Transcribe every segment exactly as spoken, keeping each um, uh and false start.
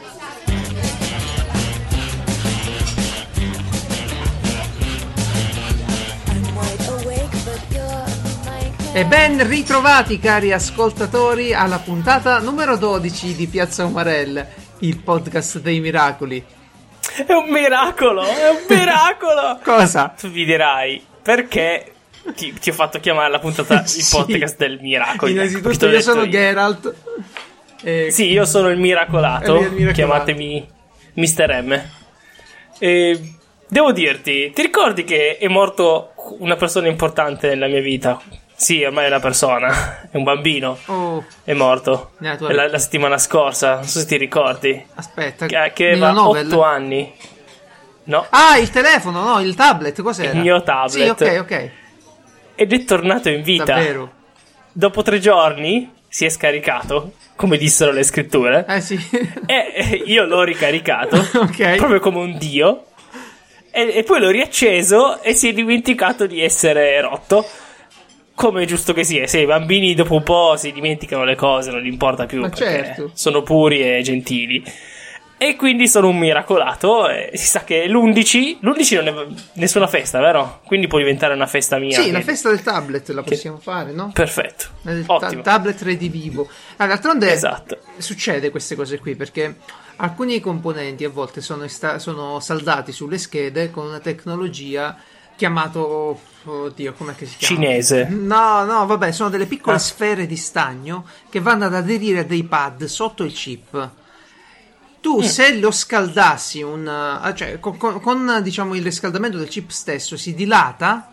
E ben ritrovati cari ascoltatori alla puntata numero dodici di Piazza Umarell, il podcast dei miracoli. È un miracolo, è un miracolo! Cosa? Tu mi dirai, perché ti, ti ho fatto chiamare la puntata il Sì. podcast del miracolo? Innanzitutto io sono Geralt. E... Sì, io sono il miracolato, Eh, il miracolato. chiamatemi mister M. E devo dirti, ti ricordi che è morto una persona importante nella mia vita? Sì, ormai è una persona, è un bambino, Oh, è morto eh, tu- la, la settimana scorsa, non so se ti ricordi, aspetta, che, che nella aveva novel? otto anni. No, Ah, il telefono, no, il tablet, cos'era? il mio tablet. Sì, ok, ok. Ed è tornato in vita. Davvero? Dopo tre giorni si è scaricato, come dissero le scritture, Eh sì. e io l'ho ricaricato, Ok. proprio come un dio, e, e poi l'ho riacceso e si è dimenticato di essere rotto. Come è giusto che sia, se i bambini dopo un po' si dimenticano le cose, non gli importa più, Ma perché certo. sono puri e gentili. E quindi sono un miracolato. E si sa che l'undici l'undici non è nessuna festa, vero? Quindi può diventare una festa mia. Sì, la che- festa del tablet la che- possiamo fare, no? Perfetto, Il ta- ottimo. tablet redivivo. Ah, d'altronde Esatto. succede queste cose qui perché alcuni componenti a volte sono, esta- sono saldati sulle schede con una tecnologia chiamato, oddio, com'è che si chiama? Cinese. No, no, vabbè, sono delle piccole Ah. sfere di stagno che vanno ad aderire a dei pad sotto il chip. Tu Mm. se lo scaldassi un, ah, cioè con, con- con, diciamo il riscaldamento del chip stesso si dilata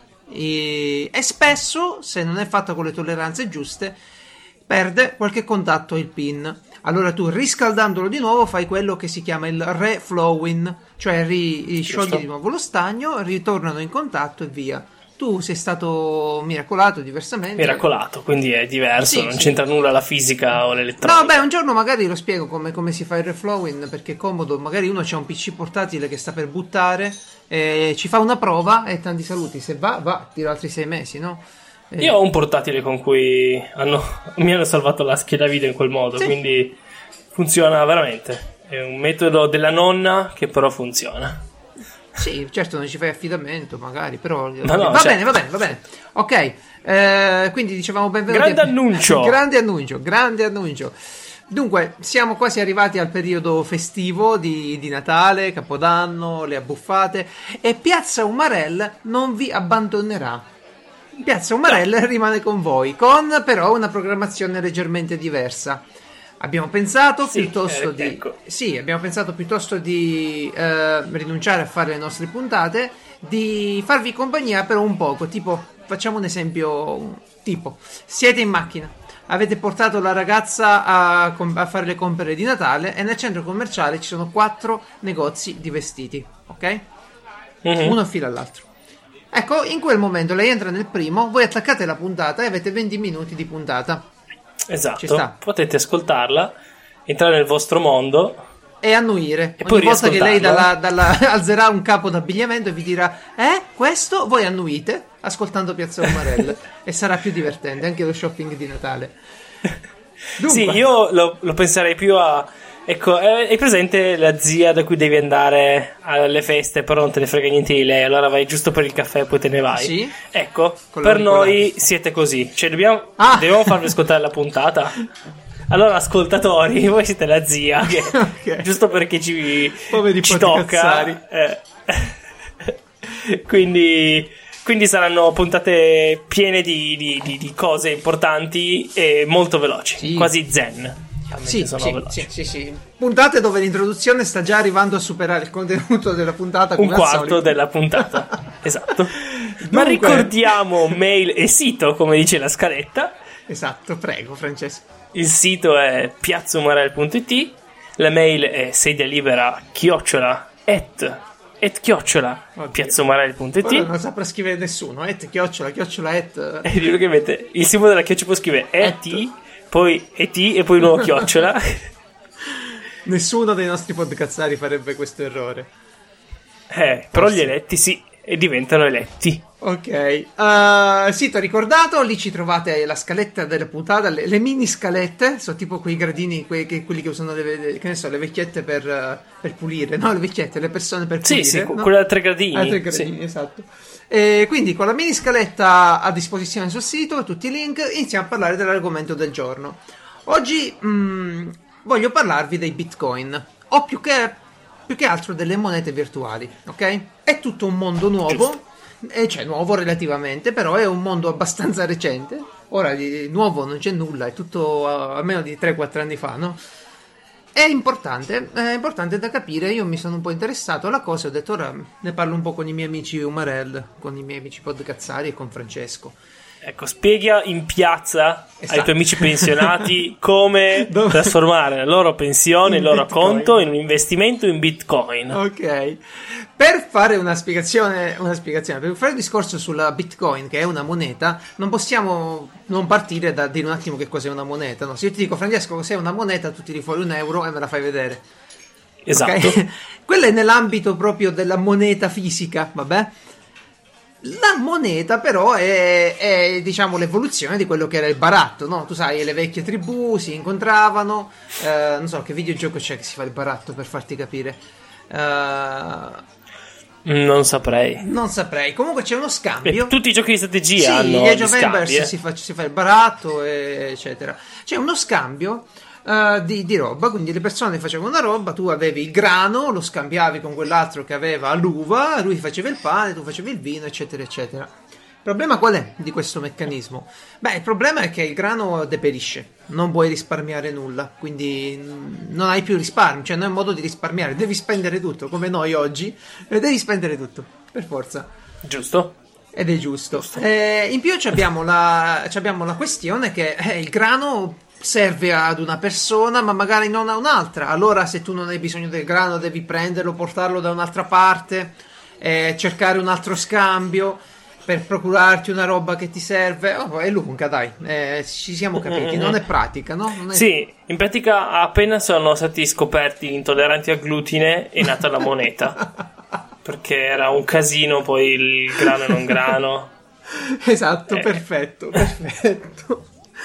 e, e spesso, se non è fatta con le tolleranze giuste, perde qualche contatto il pin. Allora tu riscaldandolo di nuovo fai quello che si chiama il reflowing, cioè ri- sciogli Giusto. di nuovo lo stagno, ritornano in contatto e via. Tu sei stato miracolato diversamente. Miracolato, quindi è diverso, Sì, non sì. c'entra nulla la fisica o l'elettronica. No, beh, un giorno magari lo spiego come, come si fa il reflowing, perché è comodo. Magari uno c'ha un P C portatile che sta per buttare, e ci fa una prova e tanti saluti. Se va, va, tiro altri sei mesi, no? Eh, Io ho un portatile con cui hanno, mi hanno salvato la scheda video in quel modo, Sì. quindi funziona veramente. È un metodo della nonna che però funziona. Sì, certo, non ci fai affidamento, magari, però... no, va certo. bene, va bene, va bene. Ok, eh, quindi dicevamo benvenuti... Grande a- annuncio! grande annuncio, grande annuncio. Dunque, siamo quasi arrivati al periodo festivo di, di Natale, Capodanno, le abbuffate, e Piazza Umarell non vi abbandonerà. Piazza Umarell rimane con voi, con però una programmazione leggermente diversa. Abbiamo pensato Sì, piuttosto eh, di ecco. sì, abbiamo pensato piuttosto di eh, rinunciare a fare le nostre puntate, di farvi compagnia per un poco. Tipo, facciamo un esempio, tipo, siete in macchina, avete portato la ragazza a, com- a fare le compere di Natale e nel centro commerciale ci sono quattro negozi di vestiti, ok? Mhm. Uno fila all'altro. Ecco, in quel momento lei entra nel primo, voi attaccate la puntata e avete venti minuti di puntata. Ci sta. Esatto, potete ascoltarla, entrare nel vostro mondo. E annuire. E Ogni poi volta che lei dalla, riascoltarlo. dalla- alzerà un capo d'abbigliamento e vi dirà eh, questo, voi annuite ascoltando Piazza Umarell e sarà più divertente anche lo shopping di Natale. Dunque, Sì, io lo, lo penserei più a... Ecco, eh, hai presente la zia da cui devi andare alle feste, però non te ne frega niente di lei, allora vai giusto per il caffè e poi te ne vai? Sì. Ecco, Con per l'auricolare. noi siete così. Cioè, dobbiamo, Ah. dobbiamo farvi ascoltare la puntata. Allora, ascoltatori, voi siete la zia, che Ok. giusto perché ci, Poveri ci tocca. podcazzari. eh. quindi, quindi saranno puntate piene di, di- di- di cose importanti e molto veloci, Sì. quasi zen. Sì, sono sì, veloci. sì, sì, sì. Puntate dove l'introduzione sta già arrivando a superare il contenuto della puntata. Un come al quarto solito. della puntata. Esatto. Ma Dunque- ricordiamo mail e sito, come dice la scaletta. Esatto, prego Francesco. Il sito è piazzaumarell punto it, la mail è sedialibera chiocciola et et chiocciola Oddio. piazzaumarell punto Quello it. non saprà scrivere nessuno. Et, chiocciola, chiocciola, et. E dico che mette il simbolo della chiocciola, può scrivere Et. et, poi et e poi un nuovo chiocciola. Nessuno dei nostri podcazzari farebbe questo errore. Eh, però Forse. gli eletti sì. e diventano eletti. Ok, uh, sì, ti ho ricordato, lì ci trovate la scaletta della puntata, le, le mini scalette, sono tipo quei gradini, quei, che, quelli che usano le, che ne so, le vecchiette per, uh, per pulire, no, le vecchiette, le persone per pulire. Sì, sì, no? quelle a tre gradini. A tre gradini, sì. esatto. E quindi con la mini scaletta a disposizione sul sito, tutti i link, iniziamo a parlare dell'argomento del giorno. Oggi mh, voglio parlarvi dei bitcoin, o più che, più che altro delle monete virtuali, ok? È tutto un mondo nuovo. Giusto. E cioè nuovo relativamente, però è un mondo abbastanza recente. Ora di nuovo non c'è nulla, è tutto a, a meno di tre quattro anni fa, no? È importante, è importante da capire. Io mi sono un po' interessato alla cosa e ho detto ora ne parlo un po' con i miei amici Umarell, con i miei amici podcazzari e con Francesco. Ecco, spiega in piazza Esatto. ai tuoi amici pensionati come Dove... trasformare la loro pensione, il loro Bitcoin. conto in un investimento in Bitcoin. Ok, per fare una spiegazione, una spiegazione, per fare un discorso sulla Bitcoin, che è una moneta, non possiamo non partire da dire un attimo che cos'è una moneta, no? Se io ti dico Francesco cos'è una moneta, tu tiri fuori un euro e me la fai vedere. Esatto. Okay? Quello è nell'ambito proprio della moneta fisica, vabbè. La moneta però è, è diciamo l'evoluzione di quello che era il baratto, no? Tu sai, le vecchie tribù si incontravano, eh, non so che videogioco c'è che si fa il baratto per farti capire. Uh, non saprei. Non saprei. Comunque c'è uno scambio. Beh, tutti i giochi di strategia sì, hanno Age gli of scambi, Empires eh. si, fa, si fa il baratto, e, eccetera. C'è uno scambio uh, di, di roba, quindi le persone facevano una roba, tu avevi il grano, lo scambiavi con quell'altro che aveva l'uva, lui faceva il pane, tu facevi il vino, eccetera, eccetera. Il problema qual è di questo meccanismo? Beh, il problema è che il grano deperisce, non puoi risparmiare nulla, quindi non hai più risparmio, cioè non hai modo di risparmiare, devi spendere tutto, come noi oggi, e devi spendere tutto, per forza. Giusto? Ed è giusto. giusto. Eh, in più abbiamo la, abbiamo la questione che eh, il grano serve ad una persona, ma magari non a un'altra. Allora, se tu non hai bisogno del grano, devi prenderlo, portarlo da un'altra parte, eh, cercare un altro scambio per procurarti una roba che ti serve. Oh, è lunga, dai, eh, ci siamo capiti. Non è pratica, no? Non è... Sì, in pratica appena sono stati scoperti intolleranti al glutine è nata la moneta. Perché era un casino poi il grano e non grano. Esatto, eh. perfetto, perfetto.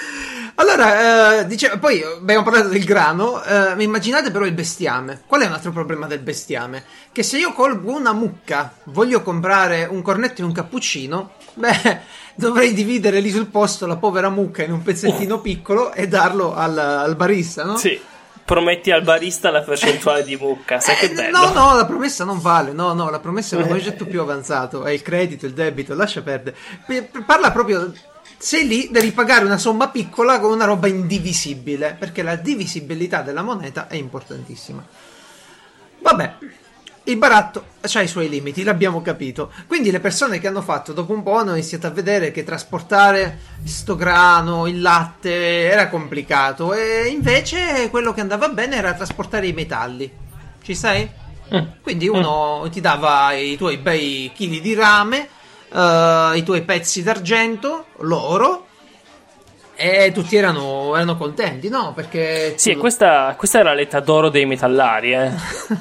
Allora, eh, dicevo, poi abbiamo parlato del grano, eh, immaginate però il bestiame. Qual è un altro problema del bestiame? Che se io colgo una mucca, voglio comprare un cornetto e un cappuccino, beh, dovrei dividere lì sul posto la povera mucca in un pezzettino piccolo e darlo al, al barista, no? Sì, prometti al barista la percentuale di mucca, sai eh, che bello. No, no, la promessa non vale, no, no, la promessa è un concetto più avanzato, è il credito, il debito, lascia perdere. Parla proprio... Sei lì, devi pagare una somma piccola con una roba indivisibile, perché la divisibilità della moneta è importantissima. Vabbè, il baratto ha i suoi limiti, l'abbiamo capito. Quindi le persone che hanno fatto, dopo un po' hanno iniziato a vedere che trasportare sto grano, il latte, era complicato, e invece quello che andava bene era trasportare i metalli. Ci sei? Mm. Quindi uno mm. ti dava i tuoi bei chili di rame, Uh, i tuoi pezzi d'argento, l'oro, e tutti erano, erano contenti, no? Perché sì, tu... questa, questa era l'età d'oro dei metallari, eh.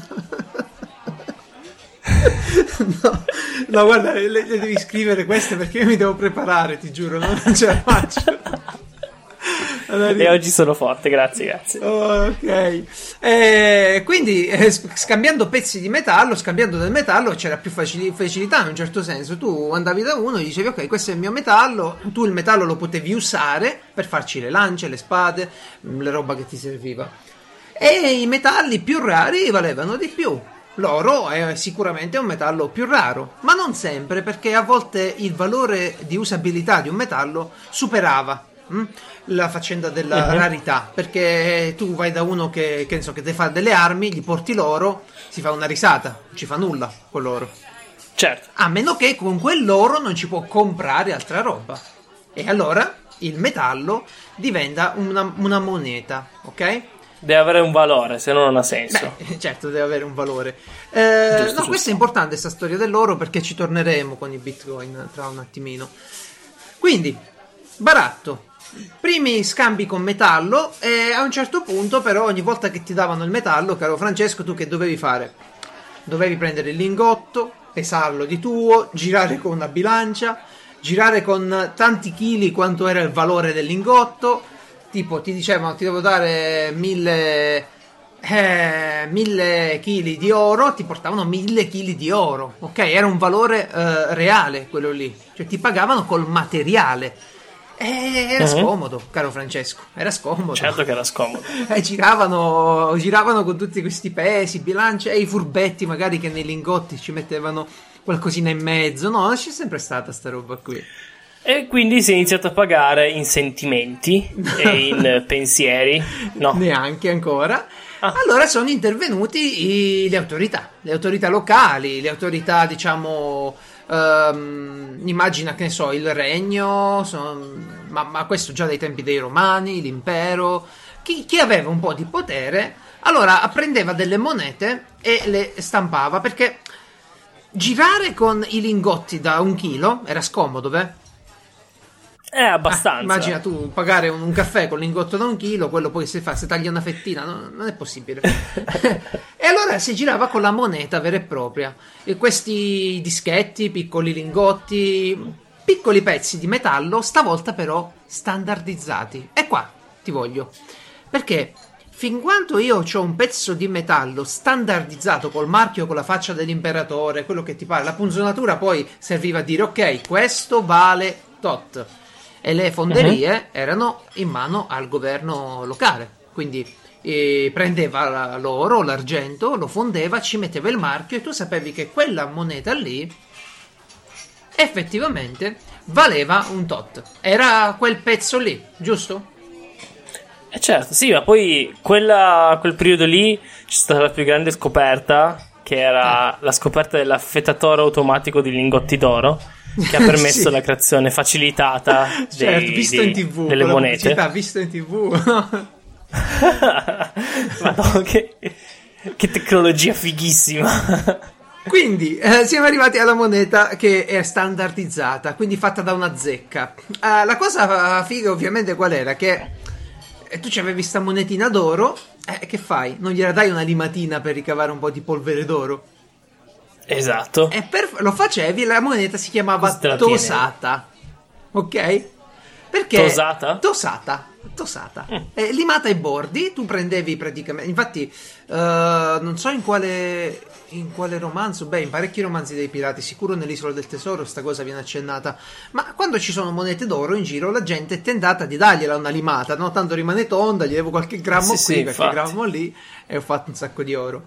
no, no, guarda, le, le devi scrivere queste perché io mi devo preparare, ti giuro, non ce la faccio. Allora, e oggi sono forte, grazie, grazie. Oh, ok. Eh, quindi eh, scambiando pezzi di metallo, scambiando del metallo c'era più facili- facilità in un certo senso. Tu andavi da uno e dicevi ok, questo è il mio metallo, tu il metallo lo potevi usare per farci le lance, le spade, le roba che ti serviva. E i metalli più rari valevano di più. L'oro è sicuramente un metallo più raro, ma non sempre, perché a volte il valore di usabilità di un metallo superava hm? la faccenda della uh-huh. rarità, perché tu vai da uno che, che ne so, che deve fare delle armi, gli porti l'oro, si fa una risata, non ci fa nulla con l'oro. Certo. A meno che con quell'oro non ci può comprare altra roba. E allora il metallo diventa una, una moneta, ok? Deve avere un valore, se no non ha senso. Beh, certo, deve avere un valore. Eh, giusto, no, giusto. Questa è importante, questa storia dell'oro, perché ci torneremo con i bitcoin tra un attimino. Quindi, baratto. Primi scambi con metallo, e a un certo punto, però, ogni volta che ti davano il metallo, caro Francesco, tu che dovevi fare? Dovevi prendere il lingotto, pesarlo di tuo, girare con una bilancia, girare con tanti chili quanto era il valore del lingotto. Tipo ti dicevano ti devo dare mille eh, mille chili di oro, ti portavano mille chili di oro, ok? Era un valore eh, reale quello lì, cioè ti pagavano col materiale. E era uh-huh. scomodo, caro Francesco, era scomodo. Certo che era scomodo. E giravano, giravano con tutti questi pesi, bilance e i furbetti magari che nei lingotti ci mettevano qualcosina in mezzo. No, c'è sempre stata sta roba qui. E quindi si è iniziato a pagare in sentimenti e in pensieri. No, neanche ancora. Ah. Allora sono intervenuti i, le autorità, le autorità locali, le autorità, diciamo, um, immagina che ne so, il regno, son, ma, ma questo già dai tempi dei Romani, l'impero, chi, chi aveva un po' di potere, allora prendeva delle monete e le stampava, perché girare con i lingotti da un chilo era scomodo, beh? Eh, abbastanza. Ah, immagina tu pagare un, un caffè con l'ingotto da un chilo, quello poi si fa, si taglia una fettina, no, non è possibile. E allora si girava con la moneta vera e propria. E questi dischetti, piccoli lingotti, piccoli pezzi di metallo, stavolta però standardizzati. E qua ti voglio. Perché fin quando io ho un pezzo di metallo standardizzato col marchio, con la faccia dell'imperatore, quello che ti pare, la punzonatura poi serviva a dire ok, questo vale tot. E le fonderie uh-huh. erano in mano al governo locale, quindi eh, prendeva l'oro, l'argento, lo fondeva, ci metteva il marchio e tu sapevi che quella moneta lì effettivamente valeva un tot, era quel pezzo lì, giusto? Eh certo, sì, ma poi quella, quel periodo lì c'è stata la più grande scoperta, che era eh. la scoperta dell'affettatore automatico di lingotti d'oro, che ha permesso sì. la creazione facilitata dei, certo, visto dei, in tv, delle monete. Visto in tv. Madonna, che, che tecnologia fighissima. Quindi eh, siamo arrivati alla moneta che è standardizzata, quindi fatta da una zecca. Uh, la cosa figa ovviamente qual era? Che eh, tu c'avevi sta monetina d'oro, eh, che fai? Non gliela dai una limatina per ricavare un po' di polvere d'oro? Esatto. E per, lo facevi, la moneta si chiamava tosata, ok? Perché tosata? Tosata, tosata. Mm. Eh, limata ai bordi, tu prendevi praticamente, infatti uh, non so in quale in quale romanzo, beh in parecchi romanzi dei pirati, sicuro nell'Isola del Tesoro sta cosa viene accennata, ma quando ci sono monete d'oro in giro la gente è tentata di dargliela una limata, no? Tanto rimane tonda, gli devo qualche grammo sì, qui, sì, qualche infatti. grammo lì e ho fatto un sacco di oro.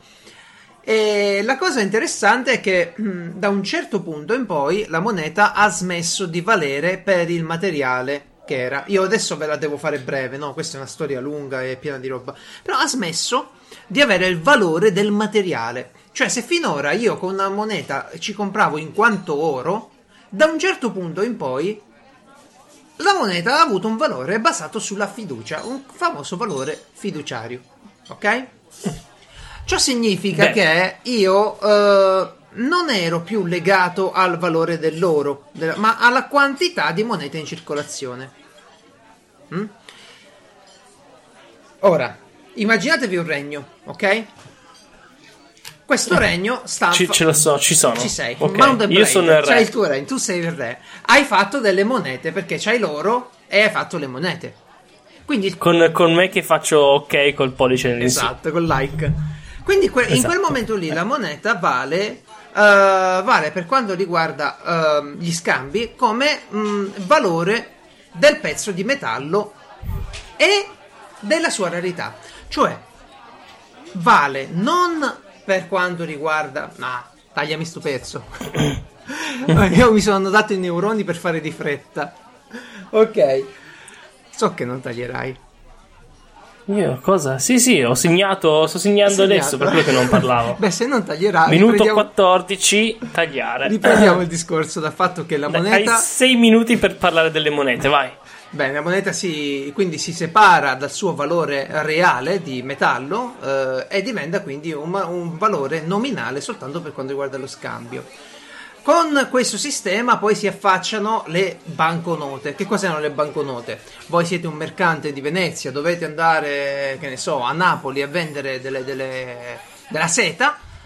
E la cosa interessante è che mh, da un certo punto in poi la moneta ha smesso di valere per il materiale che era. Io adesso ve la devo fare breve, no? Questa è una storia lunga e piena di roba. Però ha smesso di avere il valore del materiale. Cioè se finora io con una moneta ci compravo in quanto oro, da un certo punto in poi la moneta ha avuto un valore basato sulla fiducia, un famoso valore fiduciario. Ok? Ciò significa Beh. che io eh, non ero più legato al valore dell'oro, ma alla quantità di monete in circolazione. Mm? Ora, immaginatevi un regno, ok? Questo regno sta... Ci, ce lo so, ci sono. Ci sei. Okay. Mountain Io Blade, sono il re. C'hai il tuo regno, tu sei il re. Hai fatto delle monete perché c'hai l'oro e hai fatto le monete. Quindi con, con me che faccio ok col pollice nell'insieme. Esatto, col like. Quindi que- esatto. in quel momento lì la moneta vale, uh, vale per quanto riguarda uh, gli scambi come mh, valore del pezzo di metallo e della sua rarità. Cioè vale non per quanto riguarda... No, tagliami sto pezzo. Io mi sono dato i neuroni per fare di fretta. Ok. So che non taglierai. Io cosa? Sì, sì, ho segnato, sto segnando segnato. Adesso per quello che non parlavo. Beh, se non taglierai. Minuto riprendiamo... quattordici, tagliare. Riprendiamo il discorso dal fatto che la moneta. Hai sei minuti per parlare delle monete, vai. Beh, la moneta si quindi si separa dal suo valore reale di metallo eh, e diventa quindi un, un valore nominale soltanto per quanto riguarda lo scambio. Con questo sistema poi si affacciano le banconote. Che cos'erano le banconote? Voi siete un mercante di Venezia, dovete andare, che ne so, a Napoli a vendere delle, delle, della seta.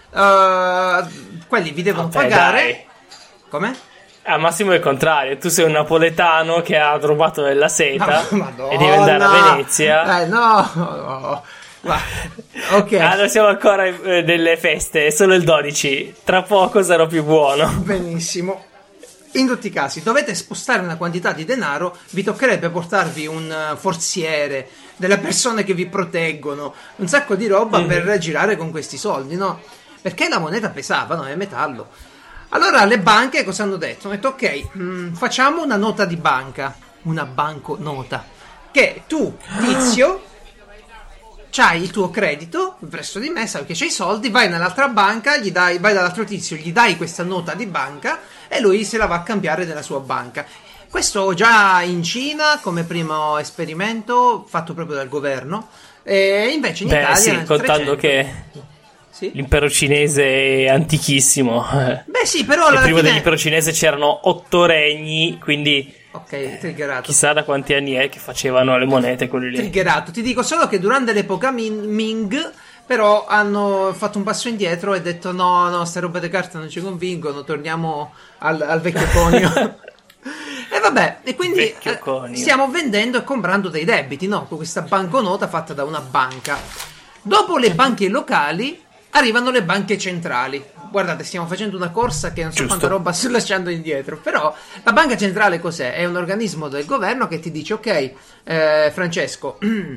uh, quelli vi devono Vabbè, pagare. dai. Come? Al massimo è il contrario, tu sei un napoletano che ha rubato della seta Madonna. e devi andare a Venezia. Eh, no, no. Ma, ok. Allora siamo ancora eh, delle feste, è solo il dodici, tra poco sarò più buono. Benissimo. In tutti i casi, dovete spostare una quantità di denaro, vi toccherebbe portarvi un forziere, delle persone che vi proteggono, un sacco di roba mm-hmm. per girare con questi soldi, no? Perché la moneta pesava, no? È metallo. Allora le banche cosa hanno detto? Hanno detto ok, mh, facciamo una nota di banca, una banconota, che tu, tizio, c'hai il tuo credito presso di me, sai che c'hai i soldi, vai nell'altra banca, gli dai, vai dall'altro tizio, gli dai questa nota di banca e lui se la va a cambiare nella sua banca. Questo già in Cina come primo esperimento fatto proprio dal governo, e invece in Beh, Italia sì, nel contando trecento. che Sì? l'impero cinese è antichissimo. Beh sì, però e alla prima fine... dell'impero cinese c'erano otto regni, quindi Ok, triggerato. chissà da quanti anni è che facevano le monete quelli lì. Triggerato. Ti dico solo che durante l'epoca Min- Ming però hanno fatto un passo indietro e detto no, no, ste robe di carta non ci convincono, torniamo al, al vecchio conio. E vabbè, e quindi eh, stiamo vendendo e comprando dei debiti, no? Con questa banconota fatta da una banca. Dopo le banche locali arrivano le banche centrali. Guardate, stiamo facendo una corsa che non so Giusto. quanta roba sto lasciando indietro. Però la banca centrale cos'è? È un organismo del governo che ti dice ok, eh, Francesco,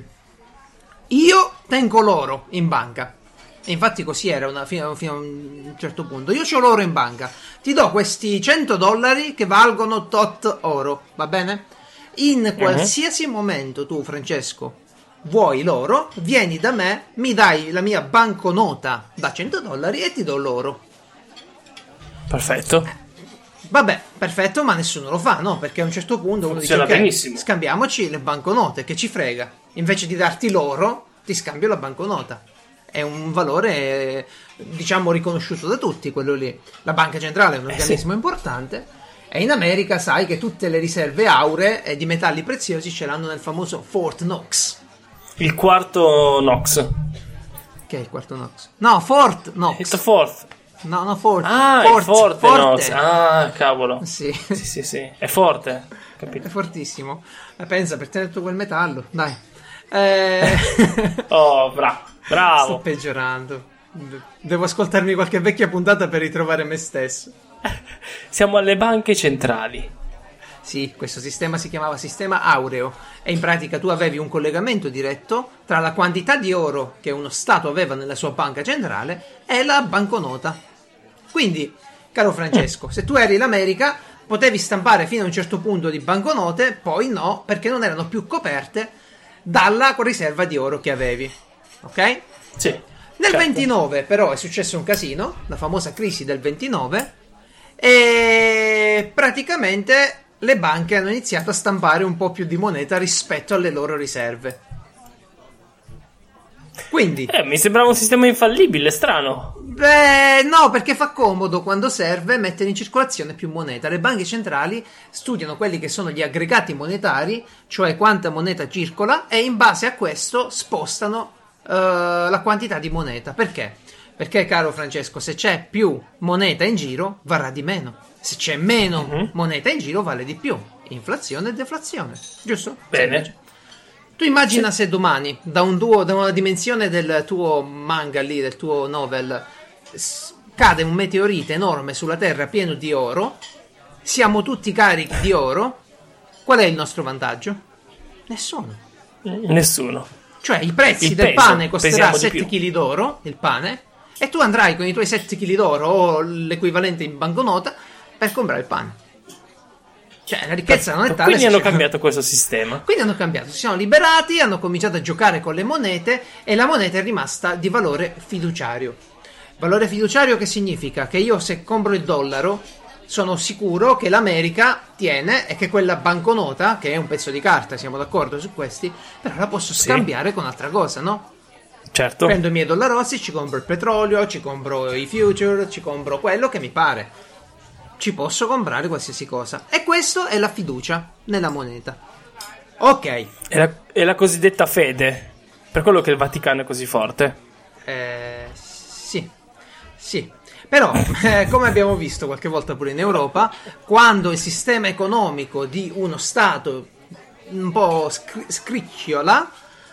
io tengo l'oro in banca. E infatti così era una, fino, fino a un certo punto. Io c'ho l'oro in banca, ti do questi cento dollari che valgono tot oro, va bene? In qualsiasi uh-huh. momento tu, Francesco, vuoi l'oro, vieni da me, mi dai la mia banconota da cento dollari e ti do l'oro. Perfetto. Vabbè, perfetto, ma nessuno lo fa, no? Perché a un certo punto uno dice, ok, scambiamoci le banconote, che ci frega. Invece di darti l'oro, ti scambio la banconota. È un valore, diciamo, riconosciuto da tutti, quello lì. La banca centrale è un organismo eh sì. importante. E in America sai che tutte le riserve auree e di metalli preziosi ce l'hanno nel famoso Fort Knox. Il quarto Knox. Che è il quarto Knox? No, Fort Knox. It's a fourth. No, no, Fort. Ah, Fort, il forte, forte. Knox. Ah, cavolo. Sì. Sì, sì, sì. È forte. Capito. È fortissimo. Eh, pensa, per tenere tutto quel metallo. Dai. Eh... oh, bravo. Bravo. Sto peggiorando. Devo ascoltarmi qualche vecchia puntata per ritrovare me stesso. Siamo alle banche centrali. Sì, questo sistema si chiamava sistema aureo e in pratica tu avevi un collegamento diretto tra la quantità di oro che uno Stato aveva nella sua banca centrale e la banconota. Quindi, caro Francesco, se tu eri l'America potevi stampare fino a un certo punto di banconote, poi no, perché non erano più coperte dalla riserva di oro che avevi. Ok? Sì. Nel certo. ventinove però è successo un casino, la famosa crisi del ventinove, e praticamente le banche hanno iniziato a stampare un po' più di moneta rispetto alle loro riserve. Quindi eh, mi sembrava un sistema infallibile, strano. Beh, no, perché fa comodo quando serve mettere in circolazione più moneta. Le banche centrali studiano quelli che sono gli aggregati monetari, cioè quanta moneta circola, e in base a questo spostano uh, la quantità di moneta. Perché? Perché, caro Francesco, se c'è più moneta in giro, varrà di meno. Se c'è meno uh-huh. moneta in giro, vale di più. Inflazione e deflazione. Giusto? Bene. Semplice. Tu immagina sì. se domani, da, un duo, da una dimensione del tuo manga lì, del tuo novel, s- cade un meteorite enorme sulla Terra pieno di oro, siamo tutti carichi di oro, qual è il nostro vantaggio? Nessuno. Nessuno. Cioè i prezzi il del peso, pane costerà sette chili d'oro, il pane, e tu andrai con i tuoi sette chili d'oro o l'equivalente in banconota per comprare il pane. Cioè la ricchezza non è tale. Quindi hanno c'è... cambiato questo sistema. Quindi hanno cambiato, si sono liberati, hanno cominciato a giocare con le monete e la moneta è rimasta di valore fiduciario. Valore fiduciario che significa? Che io se compro il dollaro sono sicuro che l'America tiene e che quella banconota, che è un pezzo di carta, siamo d'accordo su questi, però la posso scambiare sì. con altra cosa, no? Certo. Prendo i miei dollarossi, ci compro il petrolio, ci compro i future, ci compro quello che mi pare. Ci posso comprare qualsiasi cosa. E questo è la fiducia nella moneta. Ok. È la, è la cosiddetta fede. Per quello che il Vaticano è così forte. Eh, sì. Sì, però eh, come abbiamo visto qualche volta pure in Europa, quando il sistema economico di uno Stato un po' scri- scricchiola,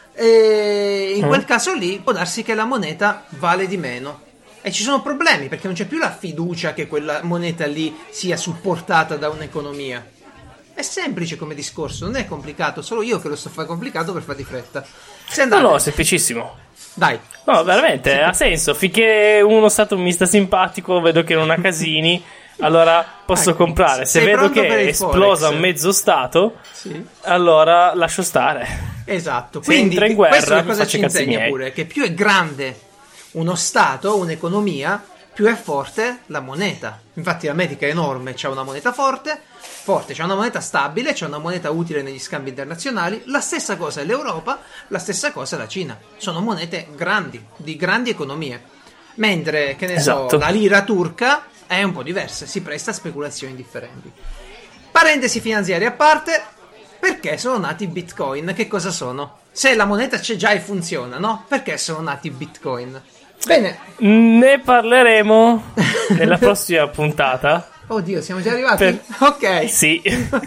e in quel caso lì può darsi che la moneta vale di meno. E ci sono problemi perché non c'è più la fiducia che quella moneta lì sia supportata da un'economia. È semplice come discorso, non è complicato, solo io che lo sto a fare complicato per fare di fretta. Se andate... No, no, semplicissimo. Dai. No, veramente, sì, ha senso. Finché uno Stato mi sta simpatico, vedo che non ha casini, allora posso ecco, comprare. Se sei vedo che è esplosa Forex? mezzo Stato, Sì. allora lascio stare. Esatto. Se Quindi entra in guerra, questa è una cosa faccio ci i cazzi insegna miei. pure, che più è grande uno Stato, un'economia, più è forte la moneta. Infatti l'America è enorme, c'ha una moneta forte, forte, c'ha una moneta stabile, c'ha una moneta utile negli scambi internazionali. La stessa cosa è l'Europa, la stessa cosa è la Cina. Sono monete grandi, di grandi economie. Mentre, che ne Esatto. so, la lira turca è un po' diversa, si presta a speculazioni differenti. Parentesi finanziarie a parte, perché sono nati i Bitcoin? Che cosa sono? Se la moneta c'è già e funziona, no? Perché sono nati i Bitcoin? Bene. Ne parleremo nella prossima puntata. Oddio, siamo già arrivati? Per... Ok. Sì.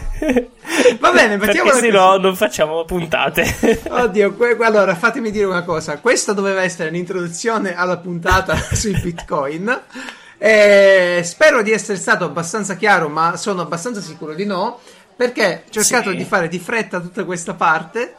Va bene, perché mettiamola se così. no non facciamo puntate. Oddio, que- allora fatemi dire una cosa. Questa doveva essere l'introduzione alla puntata sui Bitcoin. Eh, spero di essere stato abbastanza chiaro, ma sono abbastanza sicuro di no, perché ho cercato Sì. di fare di fretta tutta questa parte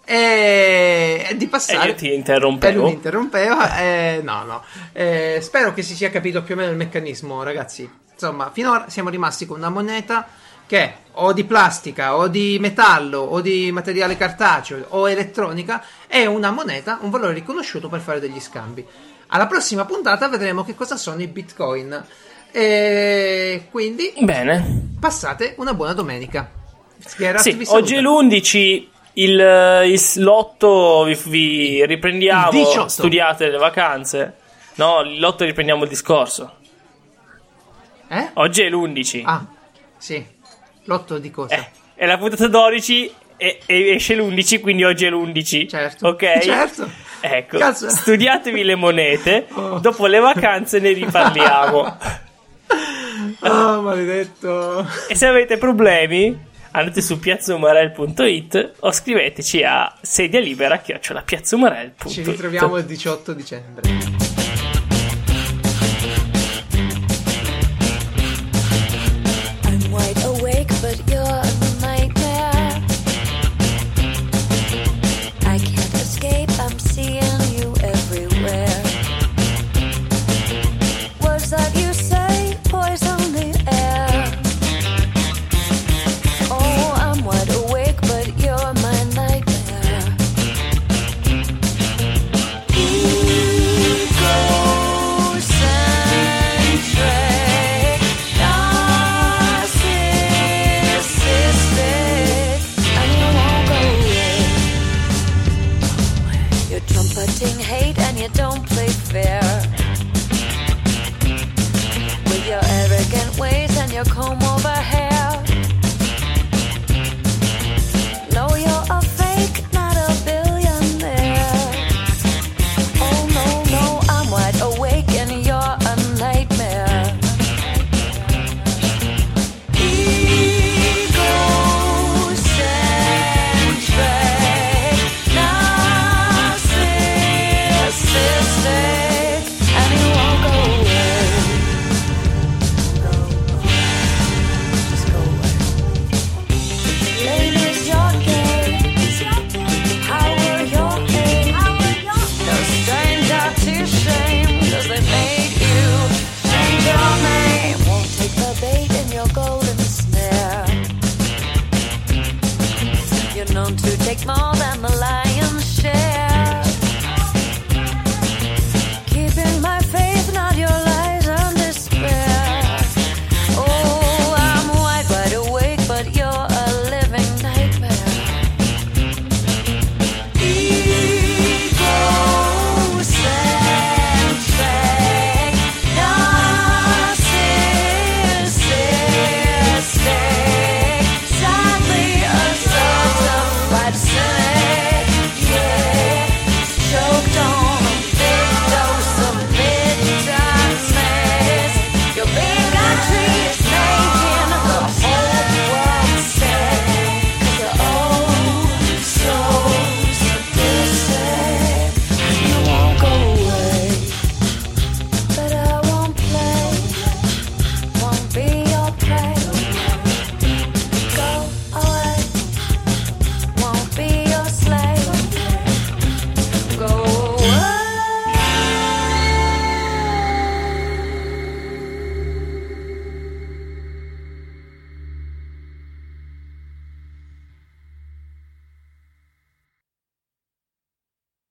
e, e di passare. E io ti interrompevo. E lui mi interrompeva. Eh, no, no. Eh, spero che si sia capito più o meno il meccanismo, ragazzi. Insomma, finora siamo rimasti con una moneta che o di plastica o di metallo o di materiale cartaceo o elettronica è una moneta, un valore riconosciuto per fare degli scambi. Alla prossima puntata vedremo che cosa sono i Bitcoin. E quindi Bene. passate una buona domenica. Sì, oggi è l'undici, il, il lotto vi, vi riprendiamo, Il diciotto. Studiate le vacanze. No, il lotto riprendiamo il discorso. Eh? Oggi è l'undici. Ah, sì. Lotto di cosa? Eh, è la puntata dodici e, e esce l'undici, quindi oggi è l'undici. Certo. Ok? Certo. Ecco, Cazzo. studiatevi le monete, Oh. dopo le vacanze ne riparliamo. Oh, maledetto. E se avete problemi, andate su piazzumarel punto it o scriveteci a sedialibera chiocciola piazzumarel punto it. Ci ritroviamo il diciotto dicembre.